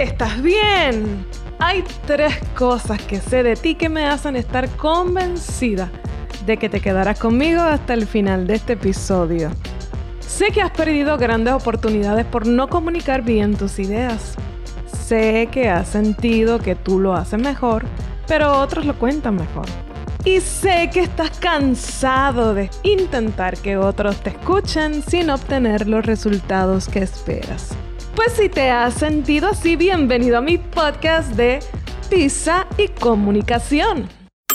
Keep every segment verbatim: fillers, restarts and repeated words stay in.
¿Estás bien? Hay tres cosas que sé de ti que me hacen estar convencida de que te quedarás conmigo hasta el final de este episodio. Sé que has perdido grandes oportunidades por no comunicar bien tus ideas. Sé que has sentido que tú lo haces mejor, pero otros lo cuentan mejor. Y sé que estás cansado de intentar que otros te escuchen sin obtener los resultados que esperas. Pues si te has sentido así, bienvenido a mi podcast de Pizza y Comunicación.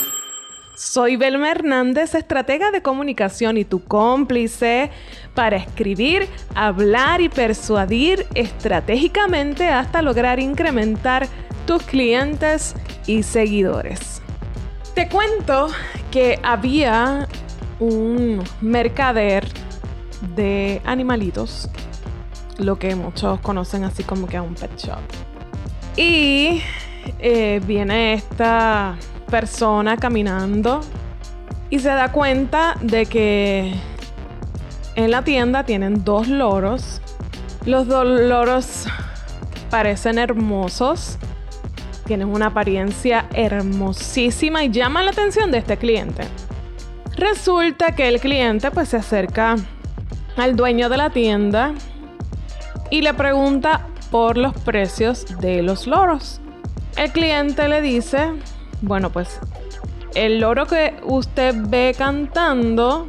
Soy Belma Hernández, estratega de comunicación y tu cómplice para escribir, hablar y persuadir estratégicamente hasta lograr incrementar tus clientes y seguidores. Te cuento que había un mercader de animalitos, lo que muchos conocen así como que a un pet shop. Y eh, viene esta persona caminando y se da cuenta de que en la tienda tienen dos loros. Los dos loros parecen hermosos, tienen una apariencia hermosísima y llaman la atención de este cliente. Resulta que el cliente pues se acerca al dueño de la tienda y le pregunta por los precios de los loros. El cliente le dice: bueno, pues el loro que usted ve cantando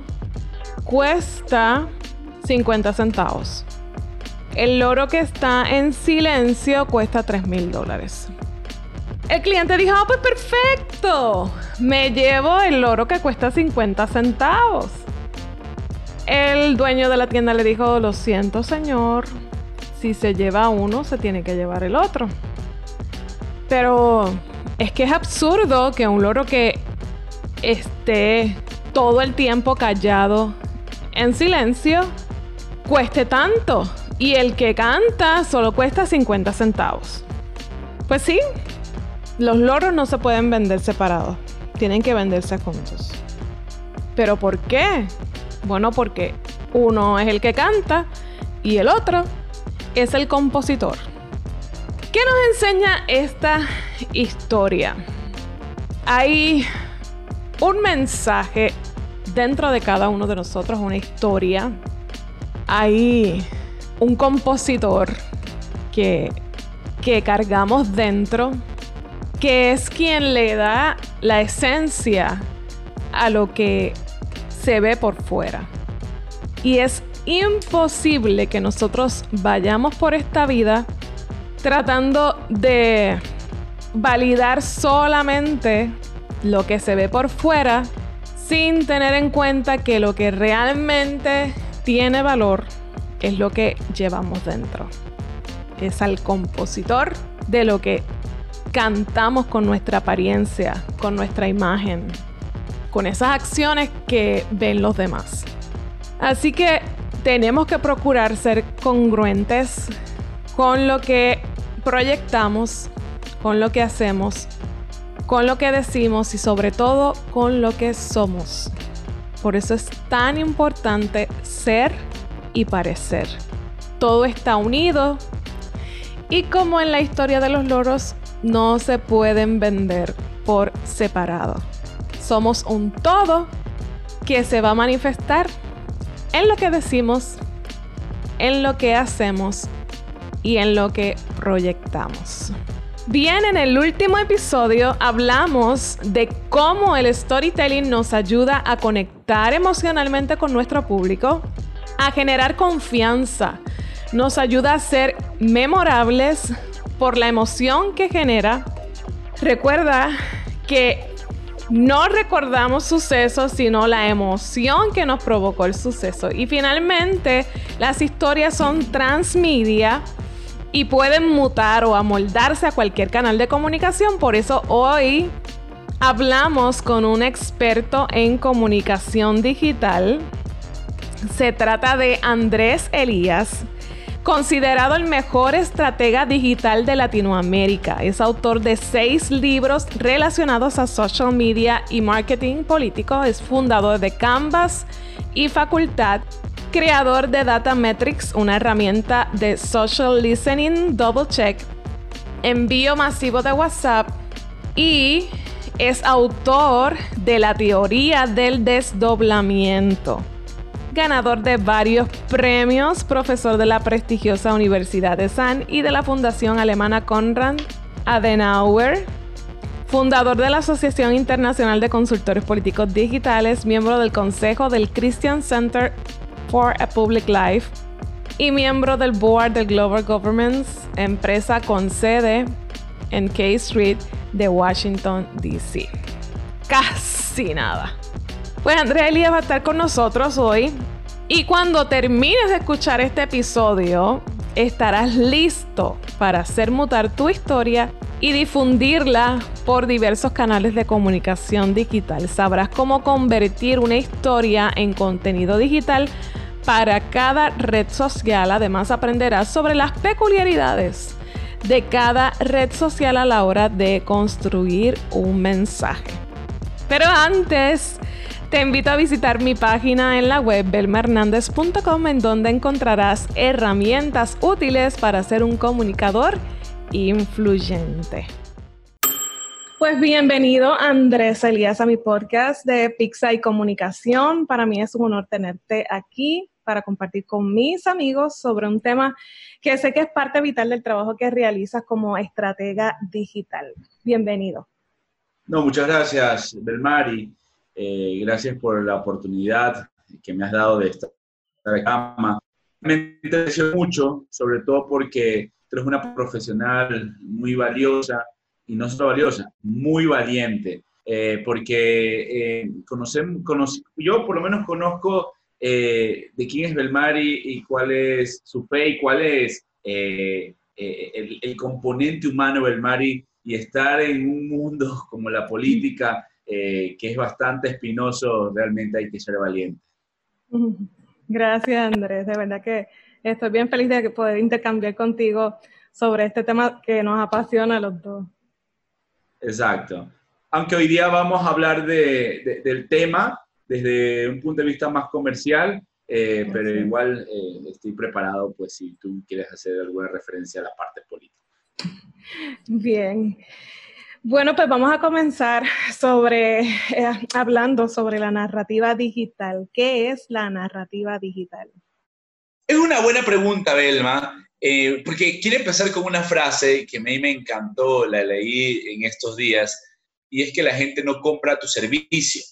cuesta cincuenta centavos. El loro que está en silencio cuesta tres mil dólares. El cliente dijo: ah, pues perfecto, me llevo el loro que cuesta cincuenta centavos. El dueño de la tienda le dijo: lo siento, señor, si se lleva uno, se tiene que llevar el otro. Pero es que es absurdo que un loro que esté todo el tiempo callado, en silencio, cueste tanto. Y el que canta solo cuesta cincuenta centavos. Pues sí, los loros no se pueden vender separados. Tienen que venderse juntos. ¿Pero por qué? Bueno, porque uno es el que canta y el otro es el compositor. ¿Qué nos enseña esta historia? Hay un mensaje dentro de cada uno de nosotros, una historia. Hay un compositor que, que cargamos dentro, que es quien le da la esencia a lo que se ve por fuera. Y es imposible que nosotros vayamos por esta vida tratando de validar solamente lo que se ve por fuera, sin tener en cuenta que lo que realmente tiene valor es lo que llevamos dentro. Es al compositor de lo que cantamos con nuestra apariencia, con nuestra imagen, con esas acciones que ven los demás. Así que tenemos que procurar ser congruentes con lo que proyectamos, con lo que hacemos, con lo que decimos y sobre todo con lo que somos. Por eso es tan importante ser y parecer. Todo está unido y como en la historia de los loros, no se pueden vender por separado. Somos un todo que se va a manifestar en lo que decimos, en lo que hacemos y en lo que proyectamos. Bien, en el último episodio hablamos de cómo el storytelling nos ayuda a conectar emocionalmente con nuestro público, a generar confianza, nos ayuda a ser memorables por la emoción que genera. Recuerda que no recordamos sucesos, sino la emoción que nos provocó el suceso. Y finalmente, las historias son transmedia y pueden mutar o amoldarse a cualquier canal de comunicación. Por eso hoy hablamos con un experto en comunicación digital. Se trata de Andrés Elías, considerado el mejor estratega digital de Latinoamérica. Es autor de seis libros relacionados a social media y marketing político. Es fundador de Canvas y Facultad, creador de Data Metrics, una herramienta de social listening double check, envío masivo de WhatsApp y es autor de la teoría del desdoblamiento. Ganador de varios premios, profesor de la prestigiosa Universidad de San y de la Fundación Alemana Konrad Adenauer, fundador de la Asociación Internacional de Consultores Políticos Digitales, miembro del Consejo del Christian Center for a Public Life y miembro del Board del Global Governments, empresa con sede en K Street de Washington, D C Casi nada. Pues Andrea Elías va a estar con nosotros hoy y cuando termines de escuchar este episodio estarás listo para hacer mutar tu historia y difundirla por diversos canales de comunicación digital. Sabrás cómo convertir una historia en contenido digital para cada red social. Además aprenderás sobre las peculiaridades de cada red social a la hora de construir un mensaje. Pero antes, te invito a visitar mi página en la web belma hernandez punto com, en donde encontrarás herramientas útiles para ser un comunicador influyente. Pues bienvenido, Andrés Elías, a mi podcast de Pizza y Comunicación. Para mí es un honor tenerte aquí para compartir con mis amigos sobre un tema que sé que es parte vital del trabajo que realizas como estratega digital. Bienvenido. No, muchas gracias, Belmari. Eh, gracias por la oportunidad que me has dado de estar acá. Me interesó mucho, sobre todo porque tú eres una profesional muy valiosa, y no solo valiosa, muy valiente, eh, porque eh, conocemos, conoce, yo por lo menos conozco eh, de quién es Belmari y cuál es su fe y cuál es eh, eh, el, el componente humano de Belmari, y estar en un mundo como la política, Eh, que es bastante espinoso, realmente hay que ser valiente. Gracias, Andrés. De verdad que estoy bien feliz de poder intercambiar contigo sobre este tema que nos apasiona a los dos. Exacto. Aunque hoy día vamos a hablar de, de, del tema desde un punto de vista más comercial, eh, pero sí. igual eh, estoy preparado, pues, si tú quieres hacer alguna referencia a la parte política. Bien. Bueno, pues vamos a comenzar sobre, eh, hablando sobre la narrativa digital. ¿Qué es la narrativa digital? Es una buena pregunta, Belma, eh, porque quiero empezar con una frase que a mí me encantó, la leí en estos días, y es que la gente no compra tu servicio,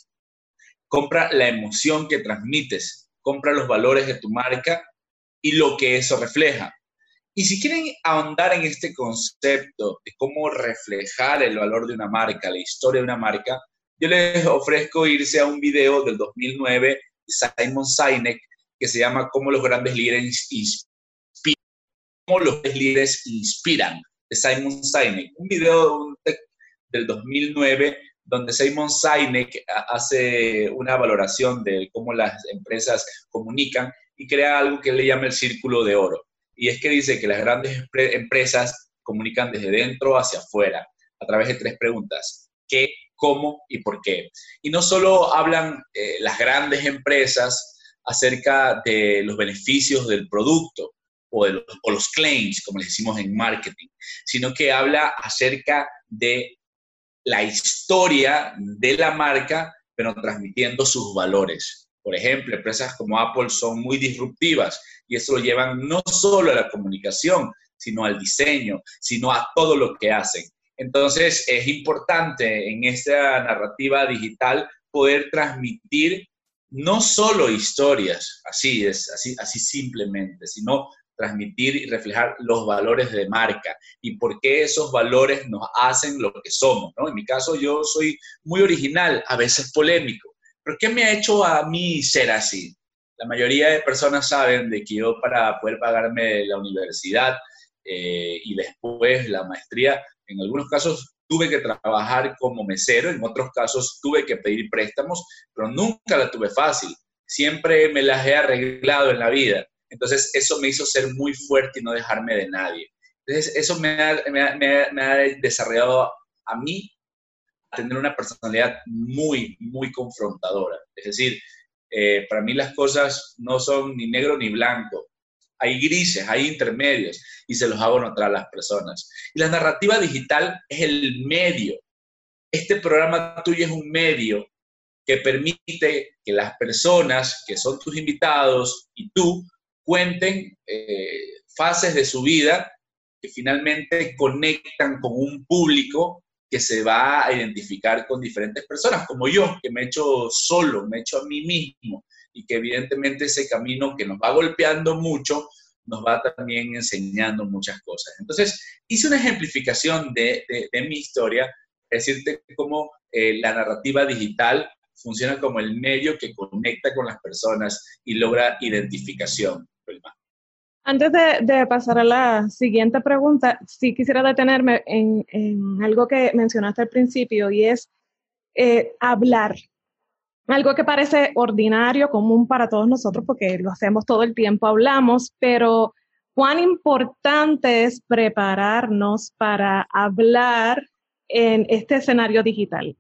compra la emoción que transmites, compra los valores de tu marca y lo que eso refleja. Y si quieren ahondar en este concepto de cómo reflejar el valor de una marca, la historia de una marca, yo les ofrezco irse a un video del dos mil nueve de Simon Sinek que se llama Cómo los grandes líderes inspiran. Cómo los líderes inspiran, de Simon Sinek. Un video del dos mil nueve donde Simon Sinek hace una valoración de cómo las empresas comunican y crea algo que él le llama el círculo de oro. Y es que dice que las grandes empresas comunican desde dentro hacia afuera a través de tres preguntas: ¿qué, cómo y por qué? Y no solo hablan eh, las grandes empresas acerca de los beneficios del producto o, de los, o los claims, como les decimos en marketing, sino que habla acerca de la historia de la marca, pero transmitiendo sus valores. Por ejemplo, empresas como Apple son muy disruptivas y eso lo llevan no solo a la comunicación, sino al diseño, sino a todo lo que hacen. Entonces, es importante en esta narrativa digital poder transmitir no solo historias, así es, así, así simplemente, sino transmitir y reflejar los valores de marca y por qué esos valores nos hacen lo que somos, ¿no? En mi caso, yo soy muy original, a veces polémico. ¿Pero qué me ha hecho a mí ser así? La mayoría de personas saben de que yo, para poder pagarme la universidad eh, y después la maestría, en algunos casos tuve que trabajar como mesero, en otros casos tuve que pedir préstamos, pero nunca la tuve fácil. Siempre me las he arreglado en la vida. Entonces, eso me hizo ser muy fuerte y no dejarme de nadie. Entonces, eso me ha, me ha, me ha, me ha desarrollado a mí a tener una personalidad muy, muy confrontadora. Es decir, eh, para mí las cosas no son ni negro ni blanco. hay grises, hay intermedios, y se los hago notar a las personas. Y la narrativa digital es el medio. Este programa tuyo es un medio que permite que las personas que son tus invitados y tú cuenten eh, fases de su vida que finalmente conectan con un público que se va a identificar con diferentes personas, como yo, que me he hecho solo, me he hecho a mí mismo, y que evidentemente ese camino que nos va golpeando mucho, nos va también enseñando muchas cosas. Entonces, hice una ejemplificación de, de, de mi historia, decirte cómo eh, la narrativa digital funciona como el medio que conecta con las personas y logra identificación. Antes de, de pasar a la siguiente pregunta, sí quisiera detenerme en, en algo que mencionaste al principio, y es eh, hablar. Algo que parece ordinario, común para todos nosotros, porque lo hacemos todo el tiempo, hablamos, pero cuán importante es prepararnos para hablar en este escenario digital.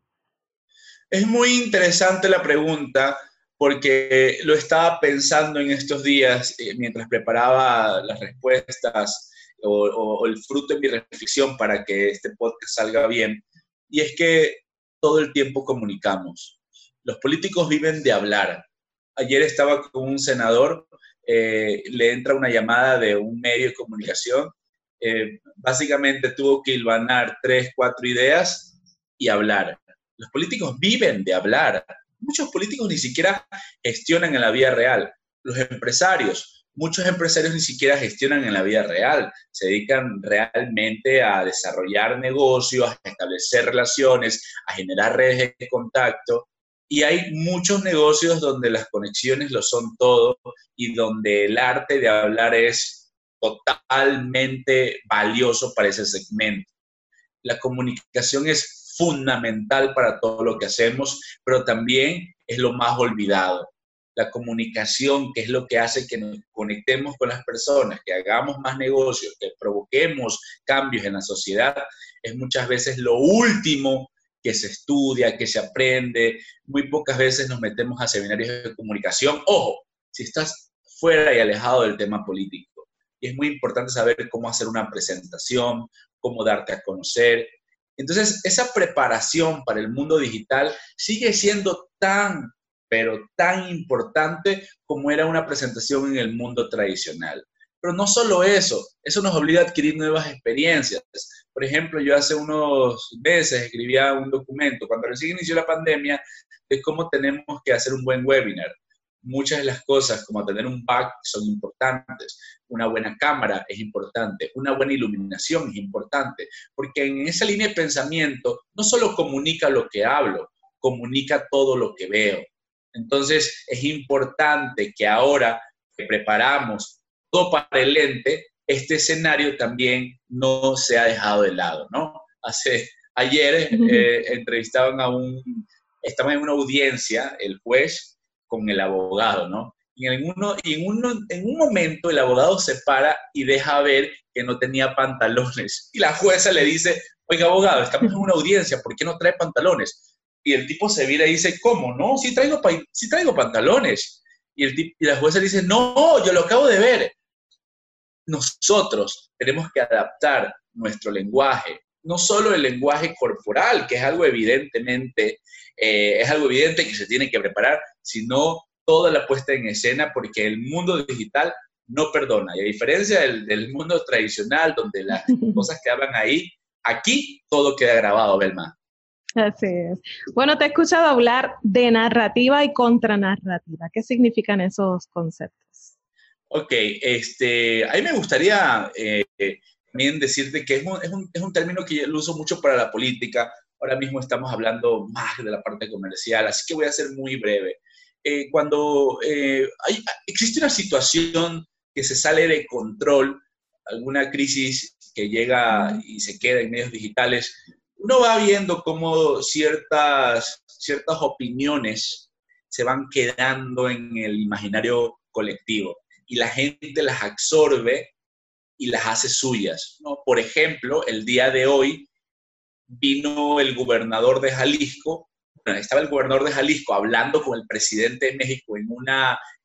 Es muy interesante la pregunta, porque lo estaba pensando en estos días eh, mientras preparaba las respuestas o, o, o el fruto de mi reflexión para que este podcast salga bien. Y es que todo el tiempo comunicamos. Los políticos viven de hablar. Ayer estaba con un senador, eh, le entra una llamada de un medio de comunicación, eh, básicamente tuvo que hilvanar tres, cuatro ideas y hablar. Los políticos viven de hablar. Muchos políticos ni siquiera gestionan en la vida real. Los empresarios, muchos empresarios ni siquiera gestionan en la vida real. Se dedican realmente a desarrollar negocios, a establecer relaciones, a generar redes de contacto. Y hay muchos negocios donde las conexiones lo son todo y donde el arte de hablar es totalmente valioso para ese segmento. La comunicación es fundamental para todo lo que hacemos, pero también es lo más olvidado. La comunicación, que es lo que hace que nos conectemos con las personas, que hagamos más negocios, que provoquemos cambios en la sociedad, es muchas veces lo último que se estudia, que se aprende. Muy pocas veces nos metemos a seminarios de comunicación. Ojo, si estás fuera y alejado del tema político. Y es muy importante saber cómo hacer una presentación, cómo darte a conocer. Entonces, esa preparación para el mundo digital sigue siendo tan, pero tan importante como era una presentación en el mundo tradicional. Pero no solo eso, eso nos obliga a adquirir nuevas experiencias. Por ejemplo, yo hace unos meses escribía un documento, cuando recién inició la pandemia, de cómo tenemos que hacer un buen webinar. Muchas de las cosas, como tener un back, son importantes. Una buena cámara es importante. Una buena iluminación es importante. Porque en esa línea de pensamiento, no solo comunica lo que hablo, comunica todo lo que veo. Entonces, es importante que ahora que preparamos todo para el lente, este escenario también no se ha dejado de lado, ¿no? Hace, ayer eh, entrevistaban a un, estaban en una audiencia, el juez, con el abogado, ¿no? Y, en, uno, y en, uno, en un momento el abogado se para y deja ver que no tenía pantalones. Y la jueza le dice, oiga, abogado, estamos en una audiencia, ¿por qué no trae pantalones? Y el tipo se vira y dice, ¿cómo? No, sí traigo, sí traigo pantalones. Y, el tipo, y la jueza le dice, no, yo lo acabo de ver. Nosotros tenemos que adaptar nuestro lenguaje, no solo el lenguaje corporal, que es algo evidentemente, eh, es algo evidente que se tiene que preparar, sino toda la puesta en escena, porque el mundo digital no perdona. Y a diferencia del, del mundo tradicional, donde las cosas quedaban ahí, aquí todo queda grabado, Belma. Así es. Bueno, te he escuchado hablar de narrativa y contranarrativa. ¿Qué significan esos conceptos? Ok, este, a mí me gustaría eh, también decirte que es un, es, un, es un término que yo lo uso mucho para la política. Ahora mismo estamos hablando más de la parte comercial, así que voy a ser muy breve. Eh, cuando eh, hay, existe una situación que se sale de control, alguna crisis que llega y se queda en medios digitales, uno va viendo cómo ciertas, ciertas opiniones se van quedando en el imaginario colectivo y la gente las absorbe y las hace suyas, ¿no? Por ejemplo, el día de hoy vino el gobernador de Jalisco, bueno, estaba el gobernador de Jalisco hablando con el presidente de México en una,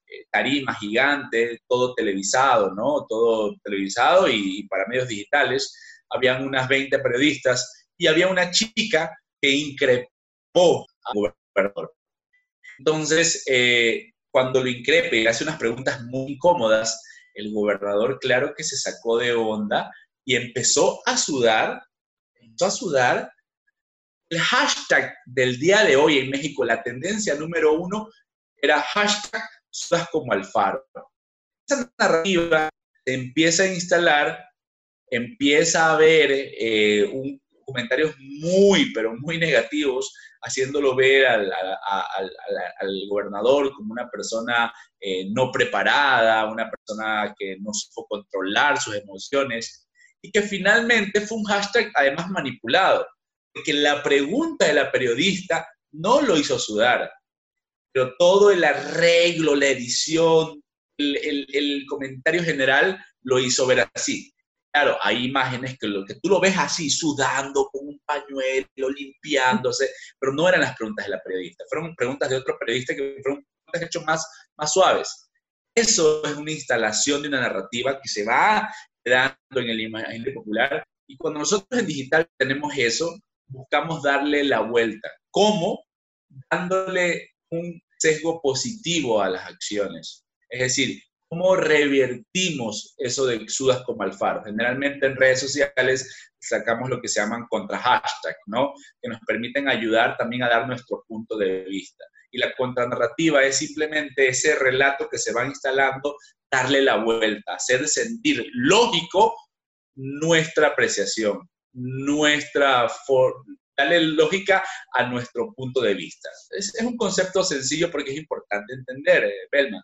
eh, tarima gigante, todo televisado, ¿no? Todo televisado y, y para medios digitales. Habían unas veinte periodistas y había una chica que increpó al gobernador. Entonces, eh, cuando lo increpe y hace unas preguntas muy incómodas, el gobernador, claro que se sacó de onda y empezó a sudar, empezó a sudar. El hashtag del día de hoy en México, la tendencia número uno, era hashtag sudas como Alfaro. Esa narrativa se empieza a instalar, empieza a haber eh, un, comentarios muy, pero muy negativos, haciéndolo ver al, al, al, al gobernador como una persona eh, no preparada, una persona que no supo controlar sus emociones, y que finalmente fue un hashtag además manipulado, porque la pregunta de la periodista no lo hizo sudar, pero todo el arreglo, la edición, el, el, el comentario general lo hizo ver así. Claro, hay imágenes que, lo, que tú lo ves así, sudando con un pañuelo, limpiándose, pero no eran las preguntas de la periodista, fueron preguntas de otro periodista que fueron preguntas hechas más, más suaves. Eso es una instalación de una narrativa que se va dando en el imaginario popular, y cuando nosotros en digital tenemos eso, buscamos darle la vuelta. ¿Cómo? Dándole un sesgo positivo a las acciones. Es decir, ¿cómo revertimos eso de sudas como Alfaro? Generalmente en redes sociales sacamos lo que se llaman contra hashtags, ¿no? Que nos permiten ayudar también a dar nuestro punto de vista. Y la contranarrativa es simplemente ese relato que se va instalando, darle la vuelta, hacer sentir lógico nuestra apreciación, nuestra forma, darle lógica a nuestro punto de vista. Es, es un concepto sencillo porque es importante entender, eh, Belma.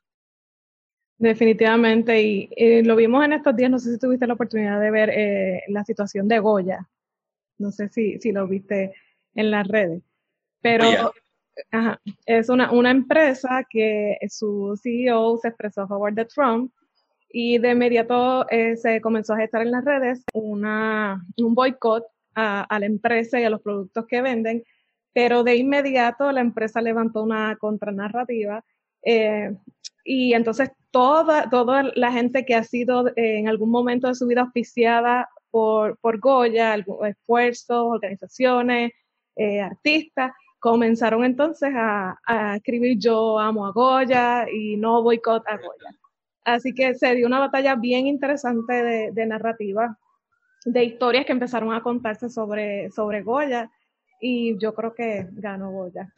Definitivamente, y eh, lo vimos en estos días, no sé si tuviste la oportunidad de ver eh, la situación de Goya, no sé si, si lo viste en las redes, pero ajá, es una, una empresa que su C E O se expresó a favor de Trump, y de inmediato eh, se comenzó a gestar en las redes una, un boicot a, a la empresa y a los productos que venden, pero de inmediato la empresa levantó una contranarrativa, eh, y entonces toda, toda la gente que ha sido eh, en algún momento de su vida auspiciada por, por Goya, algún, esfuerzos, organizaciones, eh, artistas, comenzaron entonces a, a escribir yo amo a Goya y no boicot a Goya. Así que se dio una batalla bien interesante de, de narrativa, de historias que empezaron a contarse sobre, sobre Goya, y yo creo que ganó Goya.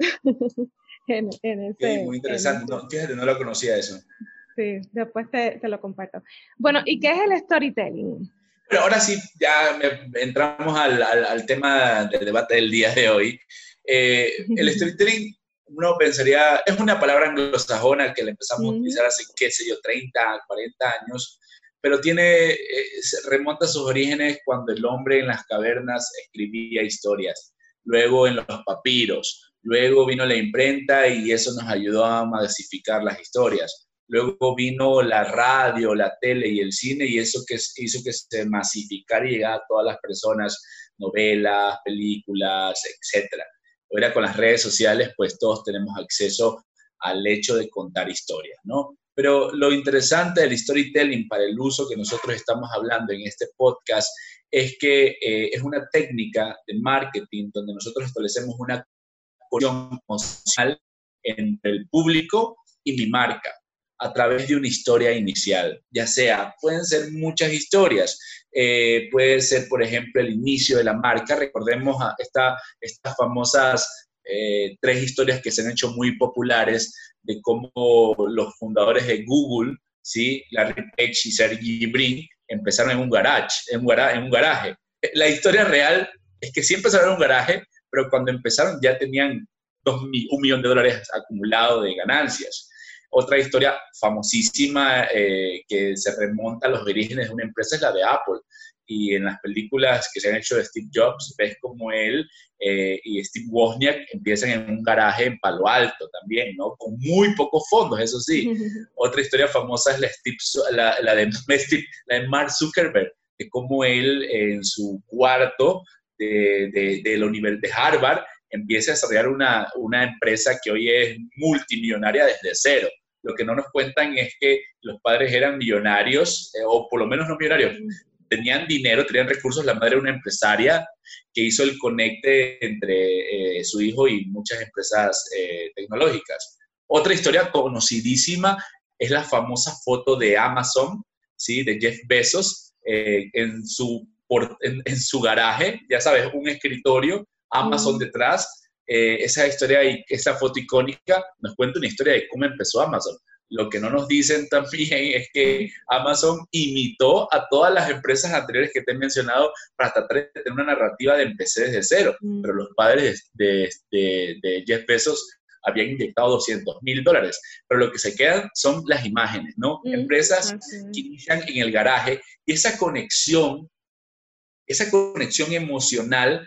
en, en ese, sí, muy interesante. En ese. No, fíjate, no lo conocía eso. Sí, después te, te lo comparto. Bueno, ¿y qué es el storytelling? Pero ahora sí, ya me, entramos al, al, al tema del debate del día de hoy. Eh, el storytelling, uno pensaría, es una palabra anglosajona que la empezamos mm. a utilizar hace, qué sé yo, treinta, cuarenta años, pero tiene, eh, remonta a sus orígenes cuando el hombre en las cavernas escribía historias, luego en los papiros, luego vino la imprenta y eso nos ayudó a masificar las historias. Luego vino la radio, la tele y el cine, y eso que hizo que se masificara y llegara a todas las personas, novelas, películas, etcétera. Ahora con las redes sociales, pues todos tenemos acceso al hecho de contar historias, ¿no? Pero lo interesante del storytelling para el uso que nosotros estamos hablando en este podcast es que eh, es una técnica de marketing donde nosotros establecemos una conexión emocional entre el público y mi marca a través de una historia inicial, ya sea, pueden ser muchas historias, eh, puede ser, por ejemplo, el inicio de la marca. Recordemos a esta, estas famosas eh, tres historias que se han hecho muy populares de cómo los fundadores de Google, ¿sí? Larry Page y Sergey Brin, empezaron en un garage, en un, gara, en un garaje. La historia real es que sí empezaron en un garaje, pero cuando empezaron ya tenían dos, un millón de dólares acumulado de ganancias. Otra historia famosísima eh, que se remonta a los orígenes de una empresa es la de Apple. Y en las películas que se han hecho de Steve Jobs, ves como él eh, y Steve Wozniak empiezan en un garaje en Palo Alto también, ¿no? Con muy pocos fondos, eso sí. Otra historia famosa es la, Steve, la, la, de, Steve, la de Mark Zuckerberg, de cómo él en su cuarto de, de, de la Universidad de Harvard empieza a desarrollar una, una empresa que hoy es multimillonaria desde cero. Lo que no nos cuentan es que los padres eran millonarios, eh, o por lo menos no millonarios, tenían dinero, tenían recursos. La madre era una empresaria que hizo el conecte entre eh, su hijo y muchas empresas eh, tecnológicas. Otra historia conocidísima es la famosa foto de Amazon, ¿sí? De Jeff Bezos, eh, en, su, por, en, en su garaje, ya sabes, un escritorio, Amazon mm. detrás. Eh, esa historia y esa foto icónica nos cuenta una historia de cómo empezó Amazon. Lo que no nos dicen también es que Amazon imitó a todas las empresas anteriores que te he mencionado para tratar de tener una narrativa de empecé desde cero. Mm. Pero los padres de, de, de Jeff Bezos habían inyectado doscientos mil dólares. Pero lo que se quedan son las imágenes, ¿no? Mm. Empresas okay. que inician en el garaje, y esa conexión, esa conexión emocional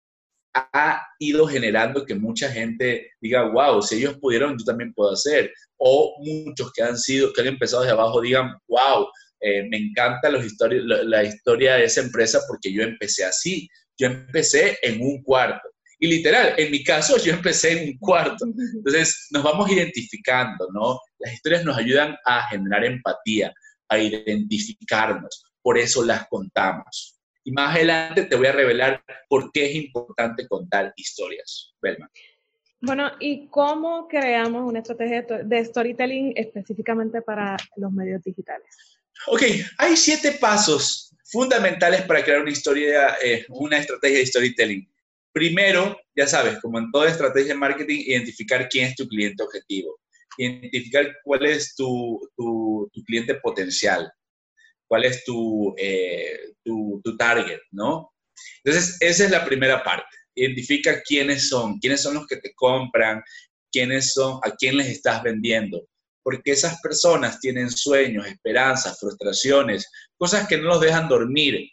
ha ido generando que mucha gente diga, wow, si ellos pudieron, yo también puedo hacer. O muchos que han sido, que han empezado desde abajo digan, wow, eh, me encanta los histori la, la historia de esa empresa porque yo empecé así. Yo empecé en un cuarto. Y literal, en mi caso, yo empecé en un cuarto. Entonces, nos vamos identificando, ¿no? Las historias nos ayudan a generar empatía, a identificarnos. Por eso las contamos. Y más adelante te voy a revelar por qué es importante contar historias. Belma. Bueno, ¿y cómo creamos una estrategia de storytelling específicamente para los medios digitales? Ok, hay siete pasos fundamentales para crear una historia, eh, una estrategia de storytelling. Primero, ya sabes, como en toda estrategia de marketing, identificar quién es tu cliente objetivo. Identificar cuál es tu, tu, tu cliente potencial. Cuál es tu, eh, tu, tu target, ¿no? Entonces, esa es la primera parte. Identifica quiénes son, quiénes son los que te compran, quiénes son, a quién les estás vendiendo. Porque esas personas tienen sueños, esperanzas, frustraciones, cosas que no los dejan dormir.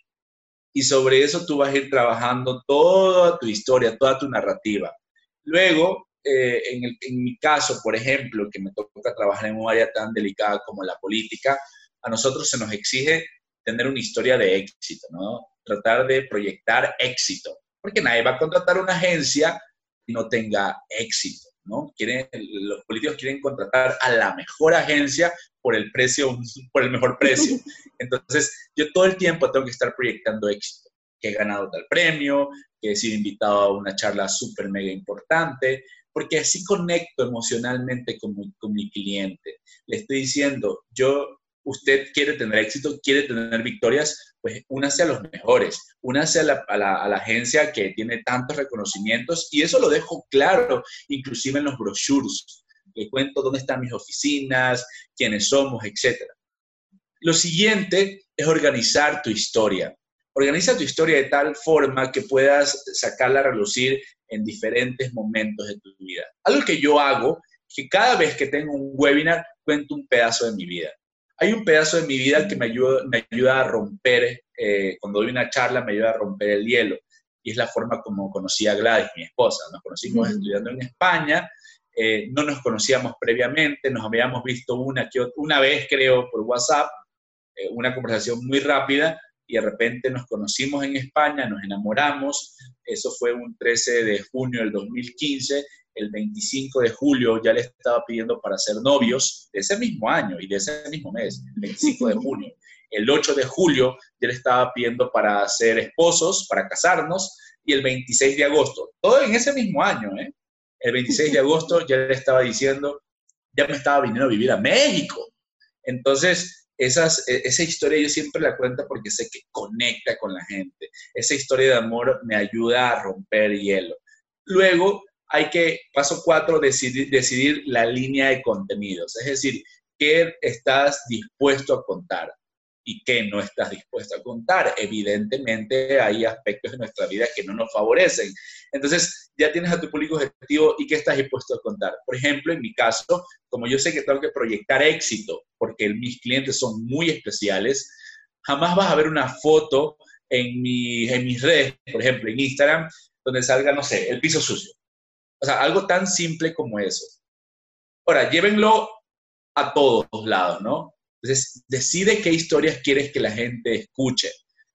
Y sobre eso tú vas a ir trabajando toda tu historia, toda tu narrativa. Luego, eh, en, el, en mi caso, por ejemplo, que me toca trabajar en un área tan delicada como la política, a nosotros se nos exige tener una historia de éxito, ¿no? Tratar de proyectar éxito, porque nadie va a contratar una agencia que no tenga éxito, ¿no? Quieren, los políticos quieren contratar a la mejor agencia por el precio, por el mejor precio. Entonces, yo todo el tiempo tengo que estar proyectando éxito, que he ganado tal premio, que he sido invitado a una charla súper mega importante, porque así conecto emocionalmente con mi, con mi cliente. Le estoy diciendo, yo... Usted quiere tener éxito, quiere tener victorias, pues únase a los mejores, únase a la, a, la, a la agencia que tiene tantos reconocimientos, y eso lo dejo claro, inclusive en los brochures. Le cuento dónde están mis oficinas, quiénes somos, etcétera. Lo siguiente es organizar tu historia. Organiza tu historia de tal forma que puedas sacarla a relucir en diferentes momentos de tu vida. Algo que yo hago, que cada vez que tengo un webinar, cuento un pedazo de mi vida. Hay un pedazo de mi vida que me ayuda, me ayuda a romper, eh, cuando doy una charla, me ayuda a romper el hielo. Y es la forma como conocí a Gladys, mi esposa. Nos conocimos uh-huh. estudiando en España, eh, no nos conocíamos previamente, nos habíamos visto una, una vez, creo, por WhatsApp, eh, una conversación muy rápida, y de repente nos conocimos en España, nos enamoramos. Eso fue un trece de junio del dos mil quince. El veinticinco de julio ya le estaba pidiendo para ser novios de ese mismo año y de ese mismo mes, el veinticinco de junio. El ocho de julio ya le estaba pidiendo para ser esposos, para casarnos, y el veintiséis de agosto, todo en ese mismo año, ¿eh? El veintiséis de agosto ya le estaba diciendo, ya me estaba viniendo a vivir a México. Entonces, esas, esa historia yo siempre la cuento porque sé que conecta con la gente. Esa historia de amor me ayuda a romper hielo. Luego, hay que, paso cuatro, decidir, decidir la línea de contenidos. Es decir, qué estás dispuesto a contar y qué no estás dispuesto a contar. Evidentemente, hay aspectos de nuestra vida que no nos favorecen. Entonces, ya tienes a tu público objetivo y qué estás dispuesto a contar. Por ejemplo, en mi caso, como yo sé que tengo que proyectar éxito, porque mis clientes son muy especiales, jamás vas a ver una foto en, mi, en mis redes, por ejemplo, en Instagram, donde salga, no sé, el piso sucio. O sea, algo tan simple como eso. Ahora, llévenlo a todos lados, ¿no? Entonces, decide qué historias quieres que la gente escuche.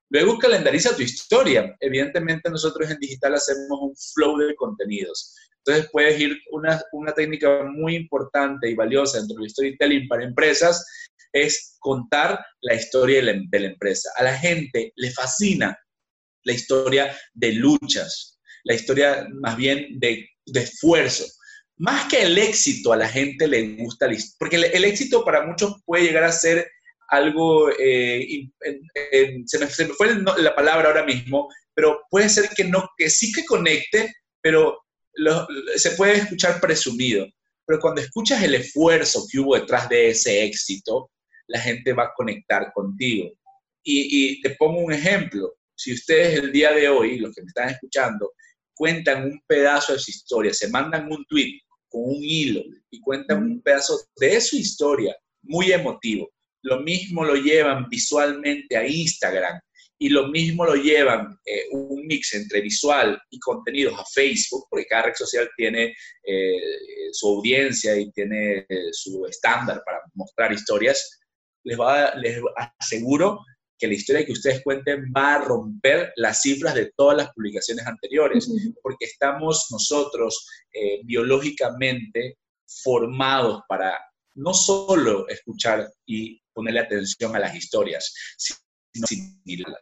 Luego calendariza tu historia. Evidentemente nosotros en digital hacemos un flow de contenidos. Entonces puedes ir, una, una técnica muy importante y valiosa dentro del storytelling para empresas es contar la historia de la, de la empresa. A la gente le fascina la historia de luchas, la historia más bien de, de esfuerzo. Más que el éxito, a la gente le gusta, porque el, el éxito para muchos puede llegar a ser algo, eh, en, en, se, me, se me fue la palabra ahora mismo, pero puede ser que, no, que sí que conecte, pero lo, se puede escuchar presumido. Pero cuando escuchas el esfuerzo que hubo detrás de ese éxito, la gente va a conectar contigo. Y, y te pongo un ejemplo. Si ustedes el día de hoy, los que me están escuchando, cuentan un pedazo de su historia, se mandan un tweet con un hilo y cuentan un pedazo de su historia, muy emotivo. Lo mismo lo llevan visualmente a Instagram y lo mismo lo llevan eh, un mix entre visual y contenidos a Facebook, porque cada red social tiene eh, su audiencia y tiene eh, su estándar para mostrar historias. Les, va, les aseguro que la historia que ustedes cuenten va a romper las cifras de todas las publicaciones anteriores, porque estamos nosotros eh, biológicamente formados para no solo escuchar y ponerle atención a las historias, sino asimilarlas.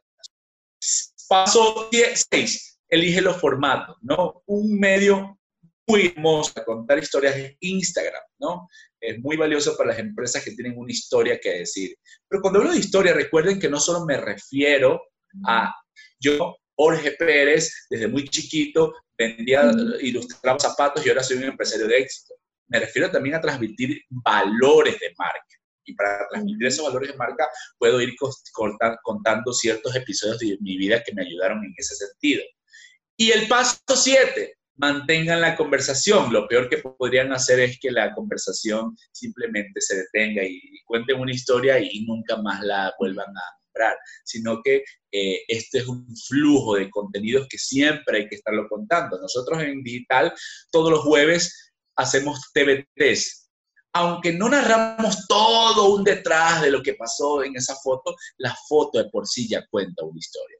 Paso seis, elige los formatos, ¿no? Un medio muy hermoso para contar historias es Instagram, ¿no? Es muy valioso para las empresas que tienen una historia que decir. Pero cuando hablo de historia, recuerden que no solo me refiero a yo, Jorge Pérez, desde muy chiquito, vendía, ilustraba zapatos y ahora soy un empresario de éxito. Me refiero también a transmitir valores de marca. Y para transmitir esos valores de marca, puedo ir contando ciertos episodios de mi vida que me ayudaron en ese sentido. Y el paso siete, mantengan la conversación. Lo peor que podrían hacer es que la conversación simplemente se detenga y, y cuenten una historia y, y nunca más la vuelvan a nombrar, sino que eh, este es un flujo de contenidos que siempre hay que estarlo contando. Nosotros en digital, todos los jueves, hacemos T V Ts. Aunque no narramos todo un detrás de lo que pasó en esa foto, la foto de por sí ya cuenta una historia.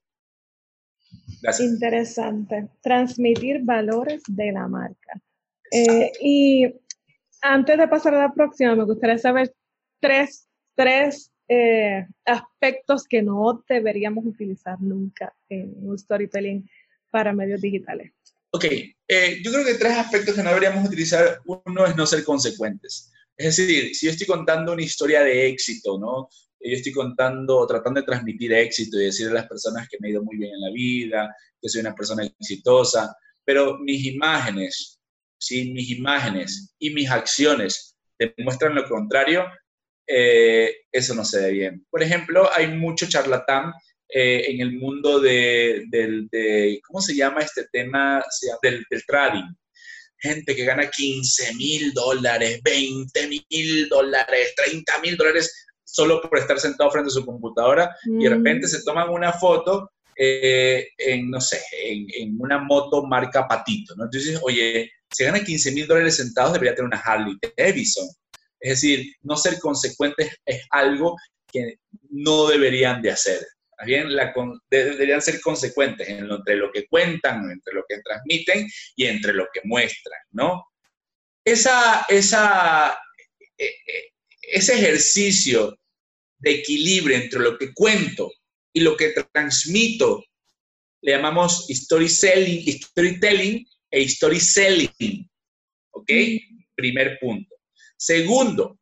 Gracias. Interesante. Transmitir valores de la marca. Eh, y antes de pasar a la próxima, me gustaría saber tres, tres eh, aspectos que no deberíamos utilizar nunca en un storytelling para medios digitales. Ok, eh, yo creo que tres aspectos que no deberíamos utilizar. Uno es no ser consecuentes. Es decir, si yo estoy contando una historia de éxito, ¿no? Yo estoy contando, tratando de transmitir éxito y decirle a las personas que me ha ido muy bien en la vida, que soy una persona exitosa, pero mis imágenes, ¿sí? Mis imágenes y mis acciones demuestran lo contrario, eh, eso no se ve bien. Por ejemplo, hay mucho charlatán eh, en el mundo de, de, de, ¿cómo se llama este tema? Se llama del, del trading. Gente que gana quince mil dólares, veinte mil dólares, treinta mil dólares solo por estar sentado frente a su computadora mm. y de repente se toman una foto eh, en, no sé, en, en una moto marca Patito, ¿no? Entonces, oye, si gana quince mil dólares sentados debería tener una Harley Davidson. Es decir, no ser consecuentes es algo que no deberían de hacer. Bien, la, deberían ser consecuentes en lo, entre lo que cuentan, entre lo que transmiten y entre lo que muestran, ¿no? Esa, esa, eh, ese ejercicio de equilibrio entre lo que cuento y lo que transmito le llamamos storytelling, storytelling e story selling, ¿ok? Primer punto. Segundo,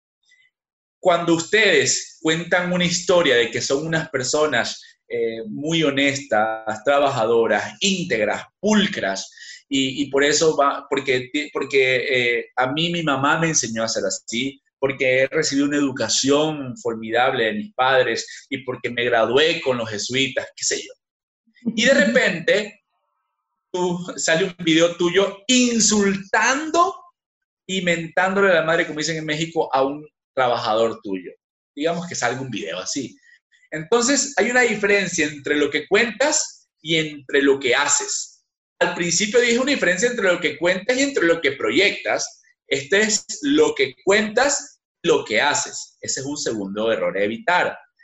cuando ustedes cuentan una historia de que son unas personas eh, muy honestas, trabajadoras, íntegras, pulcras, y, y por eso va, porque, porque eh, a mí mi mamá me enseñó a ser así, porque he recibido una educación formidable de mis padres y porque me gradué con los jesuitas, qué sé yo. Y de repente tú, sale un video tuyo insultando y mentándole a la madre, como dicen en México, a un trabajador tuyo. Digamos que salga un video así. Entonces, hay una diferencia entre lo que cuentas y entre lo que haces. Al principio dije una diferencia entre lo que cuentas y entre lo que proyectas. Este es lo que cuentas y lo que haces. Ese es un segundo error a evitar.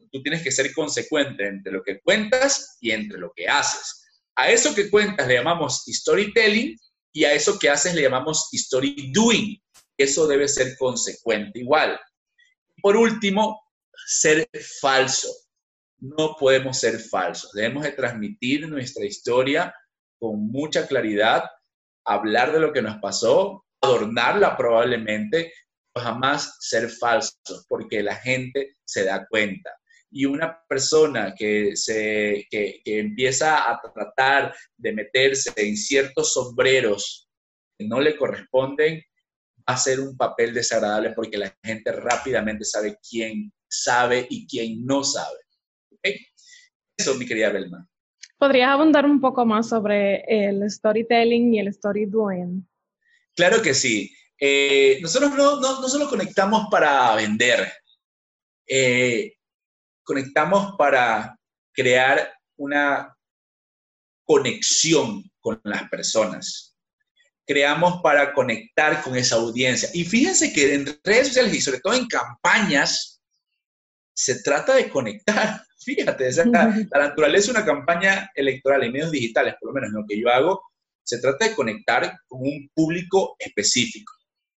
tú tienes que ser consecuente entre lo que cuentas y entre lo que haces. A eso que cuentas le llamamos storytelling y a eso que haces le llamamos story doing. Eso debe ser consecuente igual. Por último, ser falso. No podemos ser falsos. Debemos de transmitir nuestra historia con mucha claridad, hablar de lo que nos pasó, adornarla probablemente, pero jamás ser falsos, porque la gente se da cuenta. Y una persona que, se, que, que empieza a tratar de meterse en ciertos sombreros que no le corresponden, va a ser un papel desagradable porque la gente rápidamente sabe quién sabe y quién no sabe. ¿Okay? Eso, mi querida Belma. ¿Podrías abundar un poco más sobre el storytelling y el story doing? Claro que sí. Eh, nosotros no, no, no solo conectamos para vender, eh, conectamos para crear una conexión con las personas. Creamos para conectar con esa audiencia. Y fíjense que en redes sociales y sobre todo en campañas, se trata de conectar. Fíjate, esa, la naturaleza es una campaña electoral en medios digitales, por lo menos en lo que yo hago, se trata de conectar con un público específico.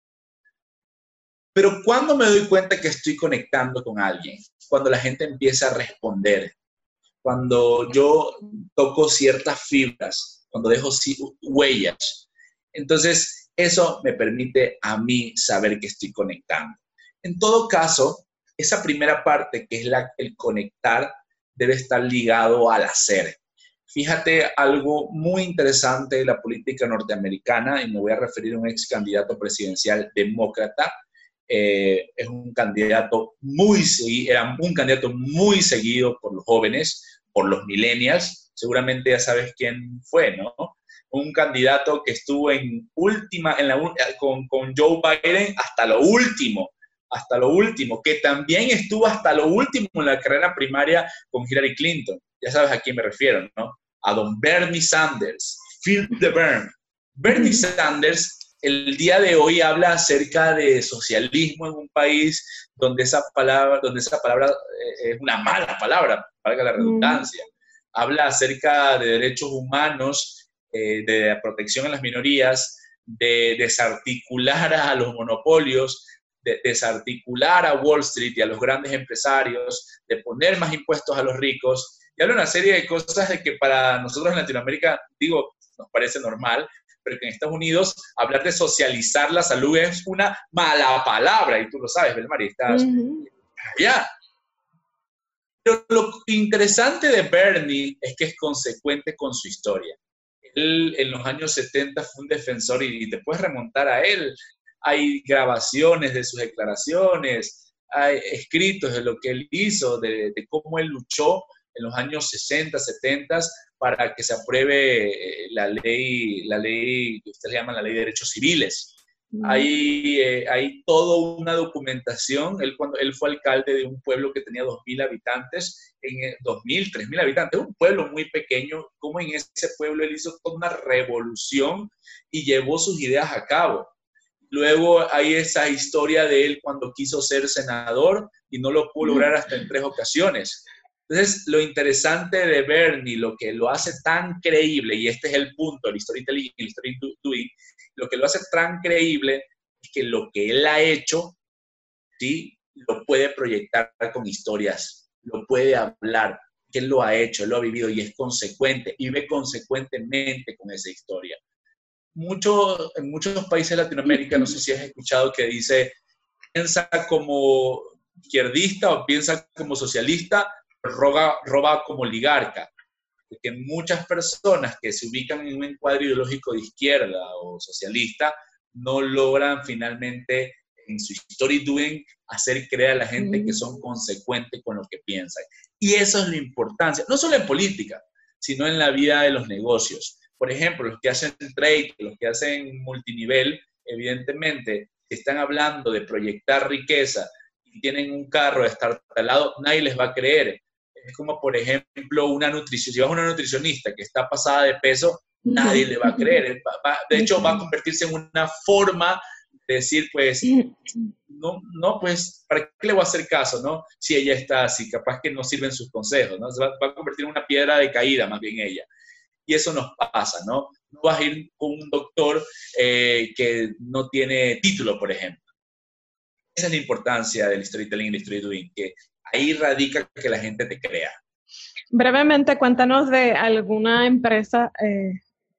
Pero ¿cuándo me doy cuenta que estoy conectando con alguien? Cuando la gente empieza a responder, cuando yo toco ciertas fibras, cuando dejo huellas. Entonces, eso me permite a mí saber que estoy conectando. En todo caso, esa primera parte, que es la, el conectar, debe estar ligado al hacer. Fíjate algo muy interesante de la política norteamericana, y me voy a referir a un ex candidato presidencial demócrata. Eh, es un candidato muy seguido, era un candidato muy seguido por los jóvenes, por los millennials. Seguramente ya sabes quién fue, ¿no? Un candidato que estuvo en última, en la, con, con Joe Biden hasta lo último, hasta lo último, que también estuvo hasta lo último en la carrera primaria con Hillary Clinton. Ya sabes a quién me refiero, ¿no? A don Bernie Sanders. Feel the burn. Bernie Sanders el día de hoy habla acerca de socialismo en un país donde esa palabra, donde esa palabra eh, es una mala palabra, valga la redundancia. Mm. Habla acerca de derechos humanos, eh, de protección a las minorías, de desarticular a los monopolios, de desarticular a Wall Street y a los grandes empresarios, de poner más impuestos a los ricos. Y habla una serie de cosas de que para nosotros en Latinoamérica, digo, nos parece normal, pero que en Estados Unidos hablar de socializar la salud es una mala palabra, y tú lo sabes, Belmar, y estás uh-huh. allá. Pero lo interesante de Bernie es que es consecuente con su historia. Él en los años setenta fue un defensor, y te puedes remontar a él. Hay grabaciones de sus declaraciones, hay escritos de lo que él hizo, de, de cómo él luchó en los años sesenta, setenta, para que se apruebe la ley, la ley que ustedes llaman la ley de derechos civiles. Mm. Hay, eh, hay toda una documentación. Él, cuando, él fue alcalde de un pueblo que tenía dos mil habitantes, en dos mil, tres mil habitantes, un pueblo muy pequeño, como en ese pueblo él hizo toda una revolución y llevó sus ideas a cabo. Luego hay esa historia de él cuando quiso ser senador y no lo pudo lograr hasta en tres ocasiones. Entonces, lo interesante de Bernie, lo que lo hace tan creíble, y este es el punto, el storytelling y el story doing, lo que lo hace tan creíble es que lo que él ha hecho, ¿sí?, lo puede proyectar con historias, lo puede hablar, que él lo ha hecho, él lo ha vivido y es consecuente, y vive consecuentemente con esa historia. Mucho, en muchos países de Latinoamérica, no sé si has escuchado que dice, piensa como izquierdista o piensa como socialista, roba, roba como oligarca. Porque muchas personas que se ubican en un encuadro ideológico de izquierda o socialista no logran finalmente en su story doing hacer creer a la gente mm. que son consecuentes con lo que piensan. Y eso es la importancia, no solo en política, sino en la vida de los negocios. Por ejemplo, los que hacen trade, los que hacen multinivel, evidentemente están hablando de proyectar riqueza y tienen un carro destartalado, nadie les va a creer. Es como, por ejemplo, una nutrición. Si vas a una nutricionista que está pasada de peso, nadie le va a creer. De hecho, va a convertirse en una forma decir, pues, no, no, pues, ¿para qué le voy a hacer caso, no? Si ella está así, capaz que no sirven sus consejos, ¿no? Se va, va a convertir en una piedra de caída, más bien ella. Y eso nos pasa, ¿no? No vas a ir con un doctor eh, que no tiene título, por ejemplo. Esa es la importancia del storytelling y el storydoing, que ahí radica que la gente te crea. Brevemente, cuéntanos de alguna empresa eh,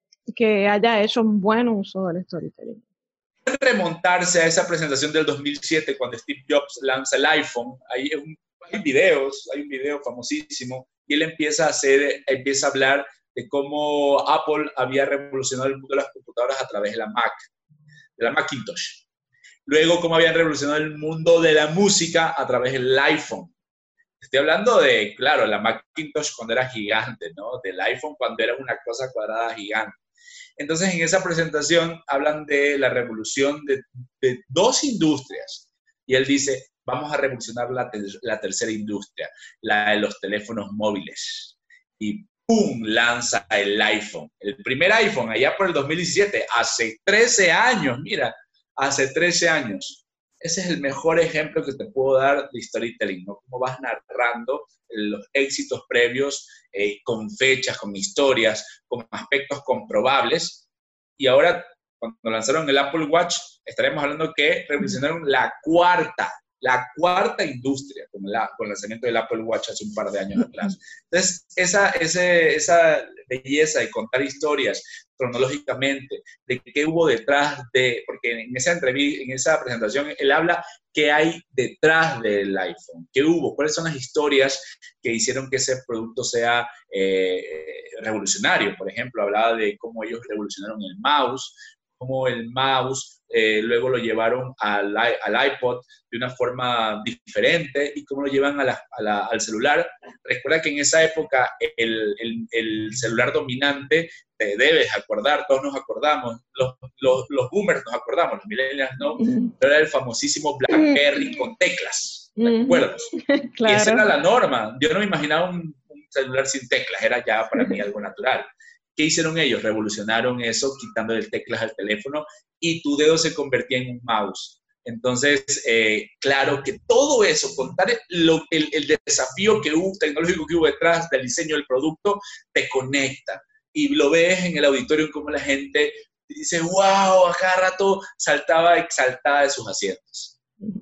que haya hecho un buen uso del storytelling. Remontarse a esa presentación del dos mil siete cuando Steve Jobs lanza el iPhone. Ahí hay, un, hay videos, hay un video famosísimo y él empieza a hacer, empieza a hablar de cómo Apple había revolucionado el mundo de las computadoras a través de la Mac, de la Macintosh. Luego, cómo habían revolucionado el mundo de la música a través del iPhone. Estoy hablando de, claro, la Macintosh cuando era gigante, ¿no? Del iPhone cuando era una cosa cuadrada gigante. Entonces, en esa presentación hablan de la revolución de, de dos industrias. Y él dice, vamos a revolucionar la, ter la tercera industria, la de los teléfonos móviles. Y ¡pum! Lanza el iPhone. El primer iPhone, allá por el dos mil diecisiete, hace trece años, mira, hace trece años. Ese es el mejor ejemplo que te puedo dar de storytelling, ¿no? Cómo vas narrando los éxitos previos eh, con fechas, con historias, con aspectos comprobables. Y ahora, cuando lanzaron el Apple Watch, estaremos hablando que revolucionaron la cuarta, la cuarta industria con, la, con el lanzamiento del Apple Watch hace un par de años atrás. Entonces, esa, ese, esa belleza de contar historias cronológicamente, de qué hubo detrás de, porque en esa entrevista, en esa presentación, él habla qué hay detrás del iPhone, qué hubo, cuáles son las historias que hicieron que ese producto sea eh, revolucionario. Por ejemplo, hablaba de cómo ellos revolucionaron el mouse, cómo el mouse eh, luego lo llevaron al, al iPod de una forma diferente y cómo lo llevan a la, a la, al celular. Recuerda que en esa época el, el, el celular dominante, te debes acordar, todos nos acordamos, los, los, los boomers nos acordamos, los millennials no, pero era el famosísimo BlackBerry con teclas, ¿te acuerdas? Claro. Y esa era la norma. Yo no me imaginaba un, un celular sin teclas, era ya para mí algo natural. ¿Qué hicieron ellos? Revolucionaron eso, quitándole teclas al teléfono y tu dedo se convertía en un mouse. Entonces, eh, claro que todo eso, contar lo, el, el desafío que hubo, tecnológico que hubo detrás del diseño del producto, te conecta. Y lo ves en el auditorio como la gente dice, wow, a cada rato saltaba exaltada de sus asientos.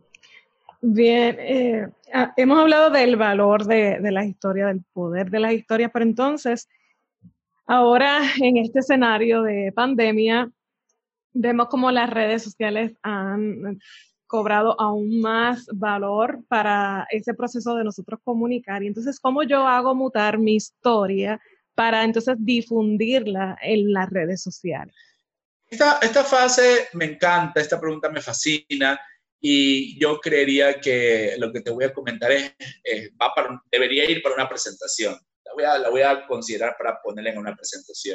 Bien, eh, hemos hablado del valor de, de las historias, del poder de las historias, pero entonces, ahora en este escenario de pandemia, vemos como las redes sociales han cobrado aún más valor para ese proceso de nosotros comunicar. Y entonces, ¿cómo yo hago mutar mi historia para entonces difundirla en las redes sociales? Esta, esta fase me encanta, esta pregunta me fascina y yo creería que lo que te voy a comentar es, es va para, debería ir para una presentación. La voy, a, la voy a considerar para ponerla en una presentación.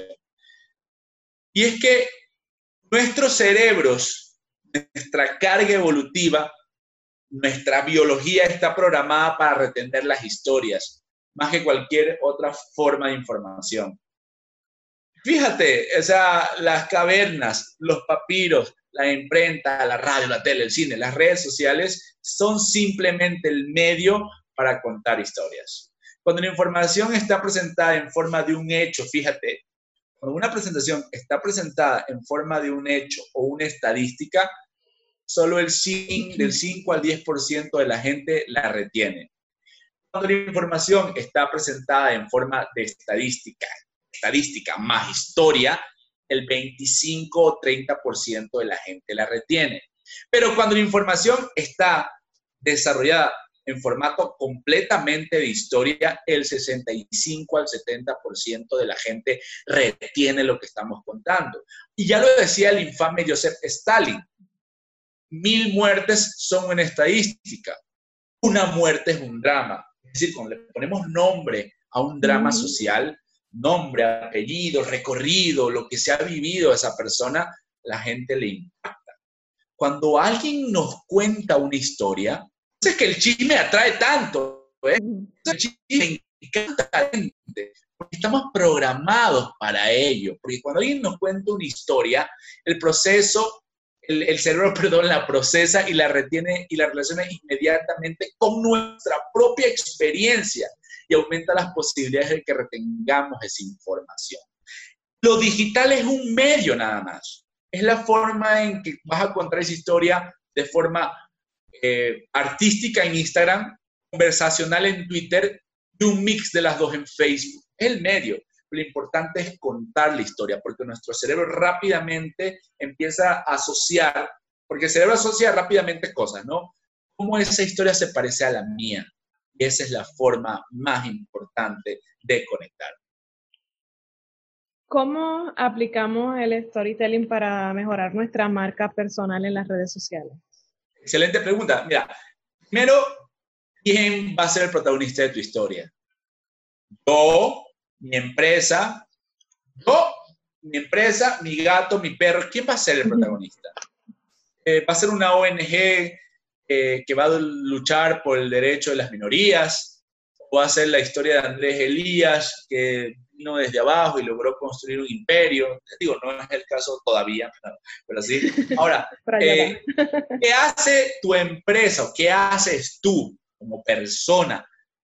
Y es que nuestros cerebros, nuestra carga evolutiva, nuestra biología está programada para retener las historias, más que cualquier otra forma de información. Fíjate, o sea, las cavernas, los papiros, la imprenta, la radio, la tele, el cine, las redes sociales son simplemente el medio para contar historias. Cuando la información está presentada en forma de un hecho, fíjate, cuando una presentación está presentada en forma de un hecho o una estadística, solo el cinco, del cinco al diez por ciento de la gente la retiene. Cuando la información está presentada en forma de estadística, estadística más historia, el veinticinco o treinta por ciento de la gente la retiene. Pero cuando la información está desarrollada en formato completamente de historia, el sesenta y cinco al setenta por ciento de la gente retiene lo que estamos contando. Y ya lo decía el infame Joseph Stalin, mil muertes son una estadística, una muerte es un drama. Es decir, cuando le ponemos nombre a un drama social, nombre, apellido, recorrido, lo que se ha vivido a esa persona, la gente le impacta. Cuando alguien nos cuenta una historia, es que el chisme atrae tanto, ¿eh? El chisme encanta a la gente, porque estamos programados para ello. Porque cuando alguien nos cuenta una historia, el proceso el, el cerebro, perdón, la procesa y la retiene y la relaciona inmediatamente con nuestra propia experiencia y aumenta las posibilidades de que retengamos esa información. Lo digital es un medio nada más. Es la forma en que vas a contar esa historia de forma eh, artística en Instagram, conversacional en Twitter y un mix de las dos en Facebook. Es el medio. Lo importante es contar la historia, porque nuestro cerebro rápidamente empieza a asociar, porque el cerebro asocia rápidamente cosas, ¿no? ¿Cómo esa historia se parece a la mía? Y esa es la forma más importante de conectar. ¿Cómo aplicamos el storytelling para mejorar nuestra marca personal en las redes sociales? Excelente pregunta. Mira, primero, ¿quién va a ser el protagonista de tu historia? Yo, mi empresa, yo, mi empresa, mi gato, mi perro. ¿Quién va a ser el protagonista? Eh, ¿Va a ser una O N G eh, que va a luchar por el derecho de las minorías? ¿O va a ser la historia de Andrés Elías, que vino desde abajo y logró construir un imperio? Digo, no es el caso todavía, pero sí. Ahora, eh, ¿qué hace tu empresa o qué haces tú como persona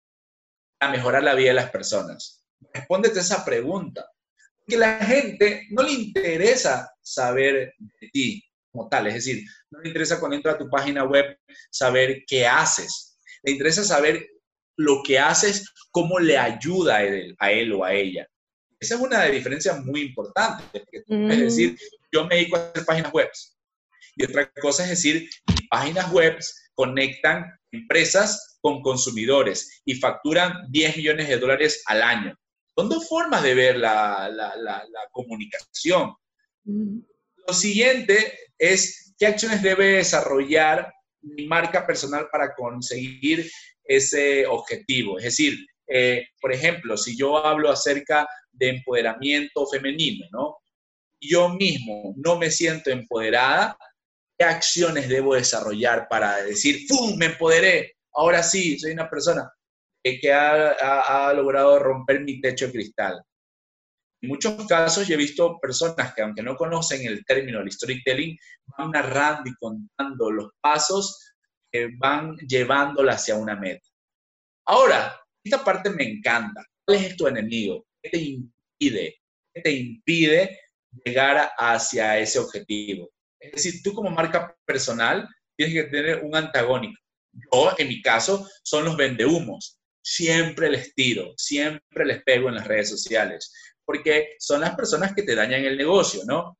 para mejorar la vida de las personas? Respóndete esa pregunta. Porque a la gente no le interesa saber de ti como tal. Es decir, no le interesa cuando entra a tu página web saber qué haces. Le interesa saber lo que haces, cómo le ayuda a él, a él o a ella. Esa es una diferencia muy importante. Porque tú puedes decir, yo me dedico a hacer páginas web. Y otra cosa es decir, mis páginas web conectan empresas con consumidores y facturan diez millones de dólares al año. Son dos formas de ver la, la, la, la comunicación. Mm. Lo siguiente es qué acciones debe desarrollar mi marca personal para conseguir ese objetivo. Es decir, eh, por ejemplo, si yo hablo acerca de empoderamiento femenino, ¿no? Yo mismo no me siento empoderada, ¿qué acciones debo desarrollar para decir, ¡pum!, me empoderé, ahora sí, soy una persona que ha, ha, ha logrado romper mi techo de cristal? En muchos casos yo he visto personas que, aunque no conocen el término del storytelling, van narrando y contando los pasos que van llevándola hacia una meta. Ahora, esta parte me encanta. ¿Cuál es tu enemigo? ¿Qué te impide? ¿Qué te impide llegar hacia ese objetivo? Es decir, tú como marca personal tienes que tener un antagónico. Yo, en mi caso, son los vendehumos. Siempre les tiro, siempre les pego en las redes sociales, porque son las personas que te dañan el negocio, ¿no?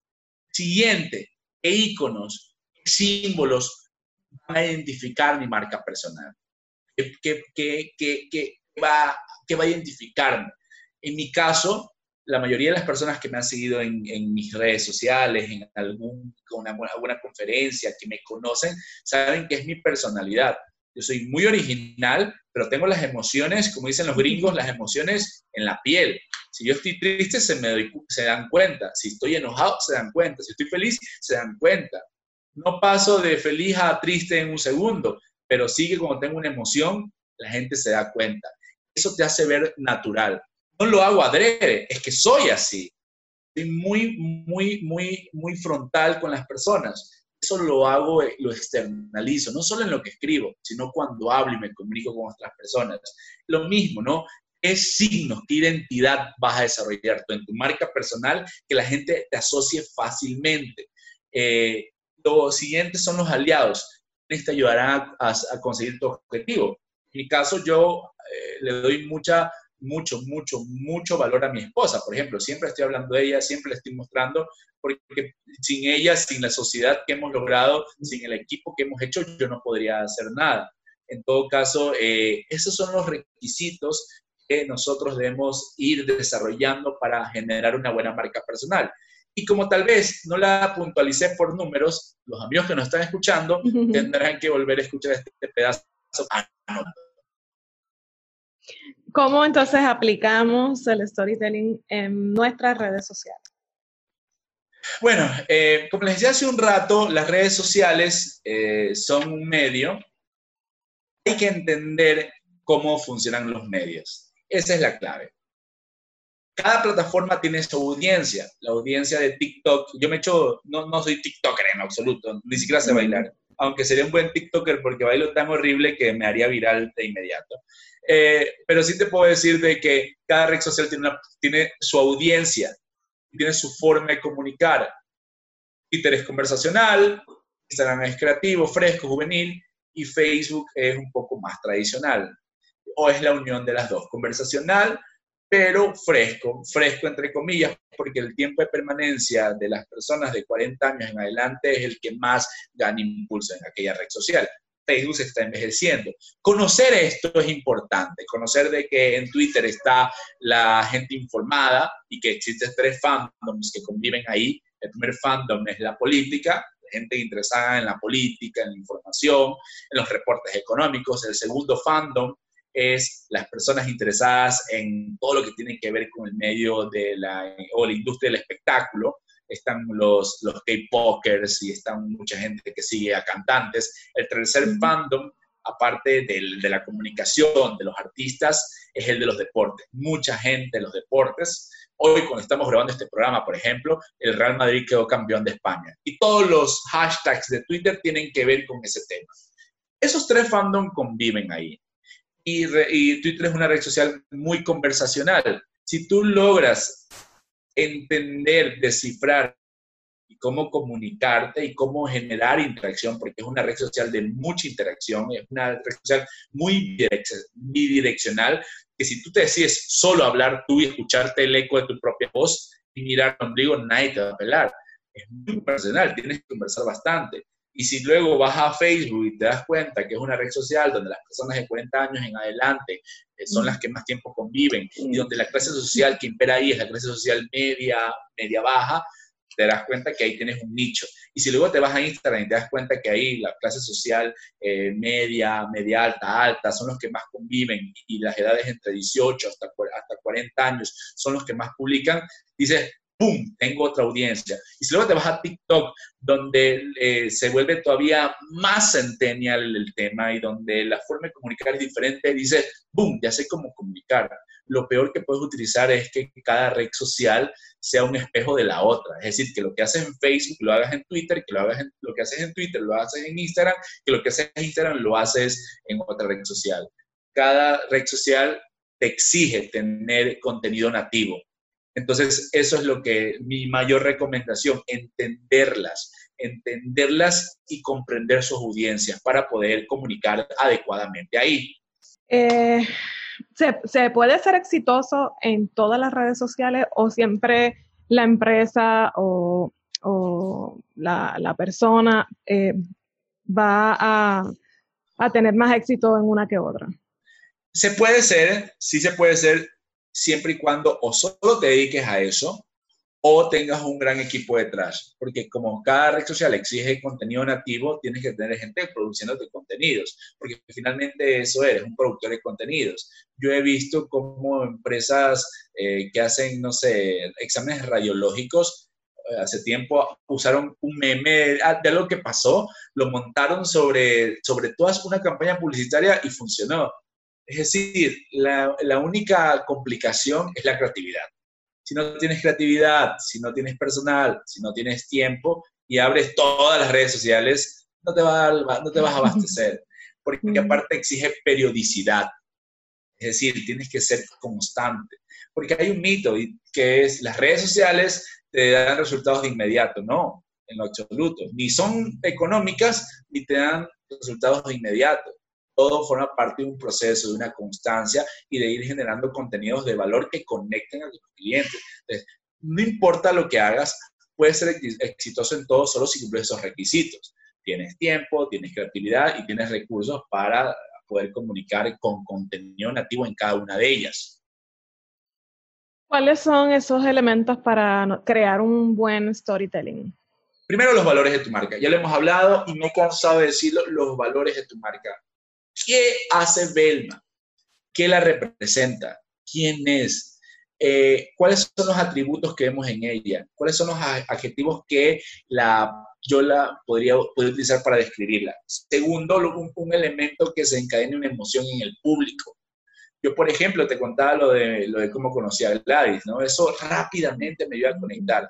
Siguiente, ¿qué íconos, qué símbolos van a identificar mi marca personal? ¿Qué, qué, qué, qué, qué, va, qué va a identificarme? En mi caso, la mayoría de las personas que me han seguido en, en mis redes sociales, en algún, una, alguna conferencia, que me conocen, saben que es mi personalidad. Yo soy muy original, pero tengo las emociones, como dicen los gringos, las emociones en la piel. Si yo estoy triste, se me doy, se dan cuenta. Si estoy enojado, se dan cuenta. Si estoy feliz, se dan cuenta. No paso de feliz a triste en un segundo, pero sí que cuando tengo una emoción, la gente se da cuenta. Eso te hace ver natural. No lo hago adrede, es que soy así. Soy muy, muy, muy, muy frontal con las personas. Eso lo hago, lo externalizo, no solo en lo que escribo, sino cuando hablo y me comunico con otras personas. Lo mismo, ¿no? ¿Qué signos, qué identidad vas a desarrollar tú en tu marca personal que la gente te asocie fácilmente? Eh, lo siguiente son los aliados. Te ayudarán a, a, a conseguir tu objetivo. En mi caso, yo eh, le doy mucha, mucho, mucho, mucho valor a mi esposa, por ejemplo. Siempre estoy hablando de ella, siempre le estoy mostrando, porque sin ella, sin la sociedad que hemos logrado, sin el equipo que hemos hecho, yo no podría hacer nada. En todo caso, eh, esos son los requisitos que nosotros debemos ir desarrollando para generar una buena marca personal. Y como tal vez no la puntualicé por números, los amigos que nos están escuchando uh-huh. tendrán que volver a escuchar este pedazo. ¿Cómo entonces aplicamos el storytelling en nuestras redes sociales? Bueno, eh, como les decía hace un rato, las redes sociales eh, son un medio. Hay que entender cómo funcionan los medios. Esa es la clave. cada plataforma tiene su audiencia. La audiencia de TikTok, yo me echo, no, no soy TikToker en absoluto, ni siquiera sé bailar, aunque sería un buen TikToker porque bailo tan horrible que me haría viral de inmediato. Eh, pero sí te puedo decir de que cada red social tiene, una, tiene su audiencia, tiene su forma de comunicar. Twitter es conversacional, Instagram es creativo, fresco, juvenil, y Facebook es un poco más tradicional. O es la unión de las dos, conversacional, pero fresco, fresco entre comillas, porque el tiempo de permanencia de las personas de cuarenta años en adelante es el que más gana impulso en aquella red social. Facebook se está envejeciendo. Conocer esto es importante, conocer de que en Twitter está la gente informada y que existen tres fandoms que conviven ahí. El primer fandom es la política, gente interesada en la política, en la información, en los reportes económicos. El segundo fandom es las personas interesadas en todo lo que tiene que ver con el medio de la, o la industria del espectáculo. Están los, los K-Pokers y están mucha gente que sigue a cantantes. El tercer fandom, aparte del, de la comunicación, de los artistas, es el de los deportes. Mucha gente de los deportes. Hoy, cuando estamos grabando este programa, por ejemplo, el Real Madrid quedó campeón de España. Y todos los hashtags de Twitter tienen que ver con ese tema. Esos tres fandoms conviven ahí. Y, re, y Twitter es una red social muy conversacional. Si tú logras entender, descifrar y cómo comunicarte y cómo generar interacción, porque es una red social de mucha interacción, es una red social muy bidireccional, que si tú te decides solo hablar tú y escucharte el eco de tu propia voz y mirar al ombligo, nadie te va a pelar. Es muy personal, tienes que conversar bastante. Y si luego vas a Facebook y te das cuenta que es una red social donde las personas de cuarenta años en adelante eh, son las que más tiempo conviven y donde la clase social que impera ahí es la clase social media, media baja, te das cuenta que ahí tienes un nicho. Y si luego te vas a Instagram y te das cuenta que ahí la clase social eh, media, media alta, alta, son los que más conviven y las edades entre dieciocho hasta, hasta cuarenta años son los que más publican, dices, ¡pum!, tengo otra audiencia. Y si luego te vas a TikTok, donde eh, se vuelve todavía más centennial el tema y donde la forma de comunicar es diferente, dices, ¡pum!, ya sé cómo comunicar. Lo peor que puedes utilizar es que cada red social sea un espejo de la otra. Es decir, que lo que haces en Facebook lo hagas en Twitter, que lo, hagas en, lo que haces en Twitter lo haces en Instagram, que lo que haces en Instagram lo haces en otra red social. Cada red social te exige tener contenido nativo. Entonces, eso es lo que mi mayor recomendación, entenderlas, entenderlas y comprender sus audiencias para poder comunicar adecuadamente ahí. Eh, ¿se, ¿Se puede ser exitoso en todas las redes sociales o siempre la empresa o, o la, la persona eh, va a, a tener más éxito en una que otra? Se puede ser, sí se puede ser, siempre y cuando o solo te dediques a eso o tengas un gran equipo detrás. Porque como cada red social exige contenido nativo, tienes que tener gente produciéndote contenidos, porque finalmente eso eres, un productor de contenidos. Yo he visto cómo empresas eh, que hacen, no sé, exámenes radiológicos, eh, hace tiempo usaron un meme de, de algo que pasó, lo montaron sobre, sobre toda una campaña publicitaria y funcionó. Es decir, la, la única complicación es la creatividad. Si no tienes creatividad, si no tienes personal, si no tienes tiempo y abres todas las redes sociales, no te, va a, no te vas a abastecer, porque aparte exige periodicidad. Es decir, tienes que ser constante. Porque hay un mito que es las redes sociales te dan resultados de inmediato. No, en lo absoluto. Ni son económicas ni te dan resultados de inmediato. Todo forma parte de un proceso, de una constancia y de ir generando contenidos de valor que conecten a tus clientes. Entonces, no importa lo que hagas, puedes ser exitoso en todo solo si cumples esos requisitos. Tienes tiempo, tienes creatividad y tienes recursos para poder comunicar con contenido nativo en cada una de ellas. ¿Cuáles son esos elementos para crear un buen storytelling? Primero, los valores de tu marca. Ya lo hemos hablado y me he cansado de decirlo, los valores de tu marca. ¿Qué hace Velma? ¿Qué la representa? ¿Quién es? Eh, ¿Cuáles son los atributos que vemos en ella? ¿Cuáles son los adjetivos que la, yo la podría, podría utilizar para describirla? Segundo, un, un elemento que desencadene una emoción en el público. Yo, por ejemplo, te contaba lo de, lo de cómo conocí a Gladys, ¿no? Eso rápidamente me ayuda a conectar.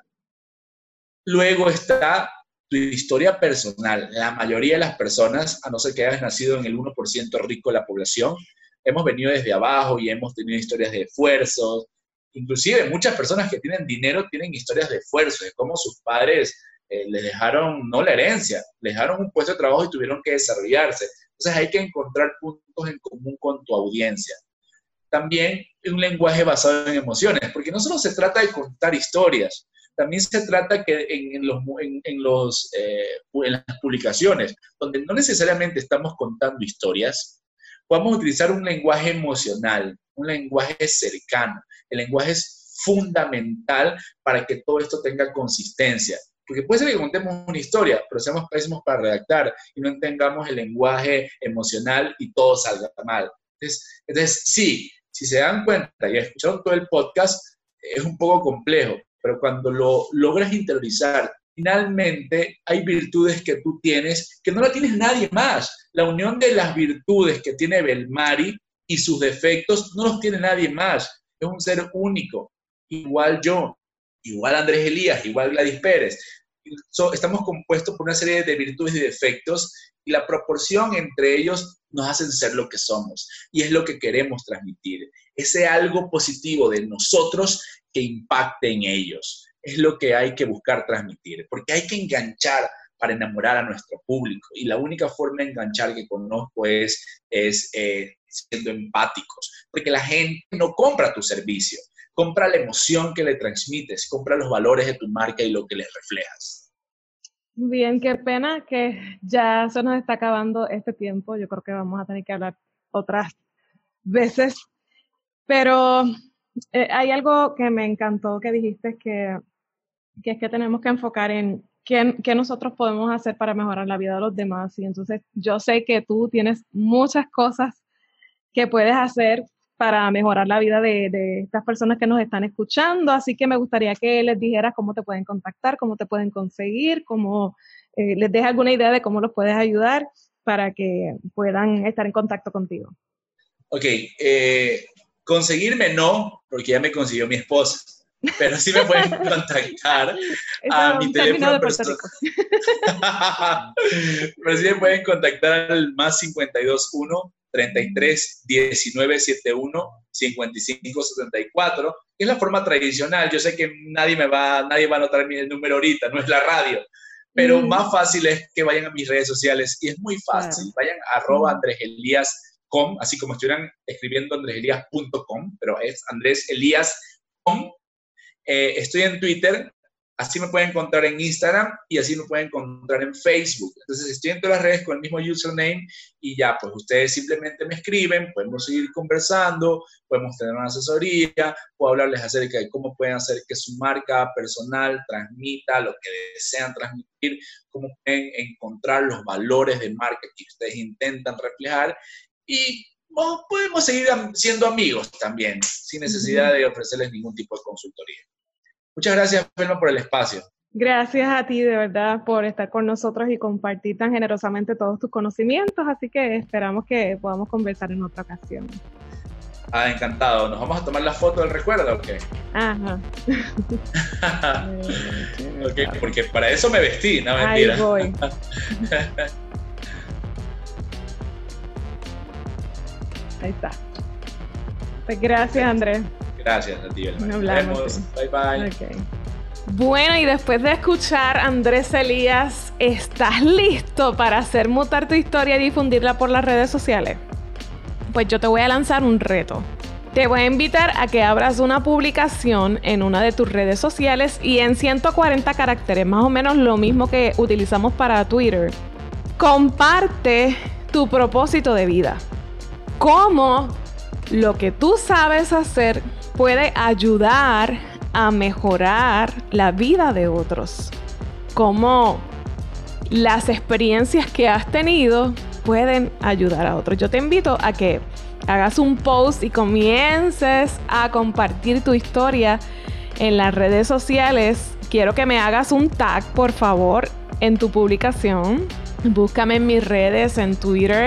Luego está tu historia personal. La mayoría de las personas, a no ser que hayas nacido en el uno por ciento rico de la población, hemos venido desde abajo y hemos tenido historias de esfuerzos. Inclusive muchas personas que tienen dinero tienen historias de esfuerzo, de cómo sus padres eh, les dejaron, no la herencia, les dejaron un puesto de trabajo y tuvieron que desarrollarse. Entonces hay que encontrar puntos en común con tu audiencia. También un lenguaje basado en emociones, porque no solo se trata de contar historias, también se trata que en, en, los, en, en, los, eh, en las publicaciones, donde no necesariamente estamos contando historias, podamos utilizar un lenguaje emocional, un lenguaje cercano. El lenguaje es fundamental para que todo esto tenga consistencia. Porque puede ser que contemos una historia, pero seamos pésimos para redactar y no entendamos el lenguaje emocional y todo salga mal. Entonces, entonces sí, si se dan cuenta y escucharon todo el podcast, es un poco complejo, pero cuando lo logras interiorizar, finalmente hay virtudes que tú tienes que no la tienes nadie más. La unión de las virtudes que tiene Belmari y sus defectos no los tiene nadie más. Es un ser único, igual yo, igual Andrés Elías, igual Gladys Pérez. So, estamos compuestos por una serie de virtudes y defectos y la proporción entre ellos nos hacen ser lo que somos. Y es lo que queremos transmitir. Ese algo positivo de nosotros que impacte en ellos. Es lo que hay que buscar transmitir. Porque hay que enganchar para enamorar a nuestro público. Y la única forma de enganchar que conozco es, es eh, siendo empáticos. Porque la gente no compra tu servicio. Compra la emoción que le transmites, compra los valores de tu marca y lo que les reflejas. Bien, qué pena que ya se nos está acabando este tiempo. Yo creo que vamos a tener que hablar otras veces. Pero eh, hay algo que me encantó que dijiste, que, que es que tenemos que enfocar en qué, qué nosotros podemos hacer para mejorar la vida de los demás. Y entonces yo sé que tú tienes muchas cosas que puedes hacer para mejorar la vida de, de estas personas que nos están escuchando, así que me gustaría que les dijeras cómo te pueden contactar, cómo te pueden conseguir, cómo eh, les dejes alguna idea de cómo los puedes ayudar para que puedan estar en contacto contigo. Ok, eh, conseguirme no, porque ya me consiguió mi esposa, pero sí me pueden contactar a mi teléfono personal. Pero sí me pueden contactar al más cincuenta y dos uno, treinta y tres, diecinueve, setenta y uno, cincuenta y cinco, setenta y cuatro, que es la forma tradicional. Yo sé que nadie me va, nadie va a anotar el número ahorita, no es la radio, pero mm. más fácil es que vayan a mis redes sociales y es muy fácil. Claro. Vayan a arroba Andrés Elías punto com, así como estuvieran escribiendo andrés elías punto com, pero es Andrés Elías punto com. Eh, estoy en Twitter, así me pueden encontrar en Instagram y así me pueden encontrar en Facebook. Entonces estoy en todas las redes con el mismo username y ya, pues ustedes simplemente me escriben, podemos seguir conversando, podemos tener una asesoría, puedo hablarles acerca de cómo pueden hacer que su marca personal transmita lo que desean transmitir, cómo pueden encontrar los valores de marca que ustedes intentan reflejar y bueno, podemos seguir siendo amigos también, sin necesidad de ofrecerles ningún tipo de consultoría. Muchas gracias, Belma, por el espacio. Gracias a ti, de verdad, por estar con nosotros y compartir tan generosamente todos tus conocimientos, así que esperamos que podamos conversar en otra ocasión. Ah, encantado. ¿Nos vamos a tomar la foto del recuerdo o qué? Ajá. Okay, porque para eso me vestí, no mentira. Ahí voy. Ahí está. Pues gracias, Andrés. Gracias a ti, Belma. Nos vemos. Bye, bye. Okay. Bueno, y después de escuchar a Andrés Elías, ¿estás listo para hacer mutar tu historia y difundirla por las redes sociales? Pues yo te voy a lanzar un reto. Te voy a invitar a que abras una publicación en una de tus redes sociales y en ciento cuarenta caracteres, más o menos lo mismo que utilizamos para Twitter. Comparte tu propósito de vida. Cómo lo que tú sabes hacer puede ayudar a mejorar la vida de otros. Cómo las experiencias que has tenido pueden ayudar a otros. Yo te invito a que hagas un post y comiences a compartir tu historia en las redes sociales. Quiero que me hagas un tag, por favor, en tu publicación. Búscame en mis redes, en Twitter,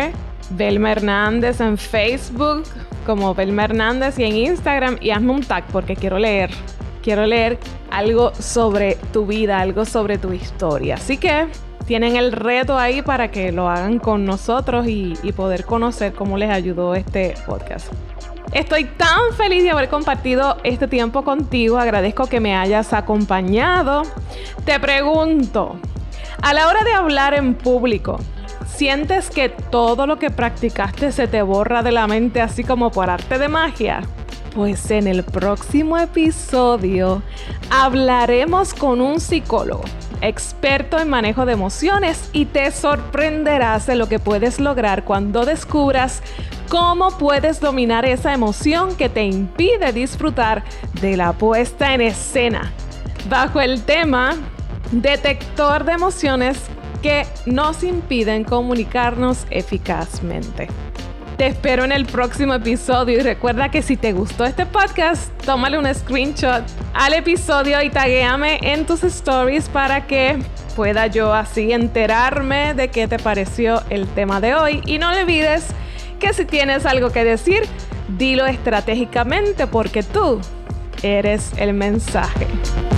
Velma Hernández en Facebook, como Velma Hernández, y en Instagram, y hazme un tag porque quiero leer. Quiero leer algo sobre tu vida, algo sobre tu historia. Así que tienen el reto ahí para que lo hagan con nosotros y, y poder conocer cómo les ayudó este podcast. Estoy tan feliz de haber compartido este tiempo contigo. Agradezco que me hayas acompañado. Te pregunto, a la hora de hablar en público, ¿sientes que todo lo que practicaste se te borra de la mente así como por arte de magia? Pues en el próximo episodio hablaremos con un psicólogo, experto en manejo de emociones, y te sorprenderás de lo que puedes lograr cuando descubras cómo puedes dominar esa emoción que te impide disfrutar de la puesta en escena, bajo el tema detector de emociones que nos impiden comunicarnos eficazmente. Te espero en el próximo episodio y recuerda que si te gustó este podcast, tómale un screenshot al episodio y taguéame en tus stories para que pueda yo así enterarme de qué te pareció el tema de hoy. Y no olvides que si tienes algo que decir, dilo estratégicamente porque tú eres el mensaje.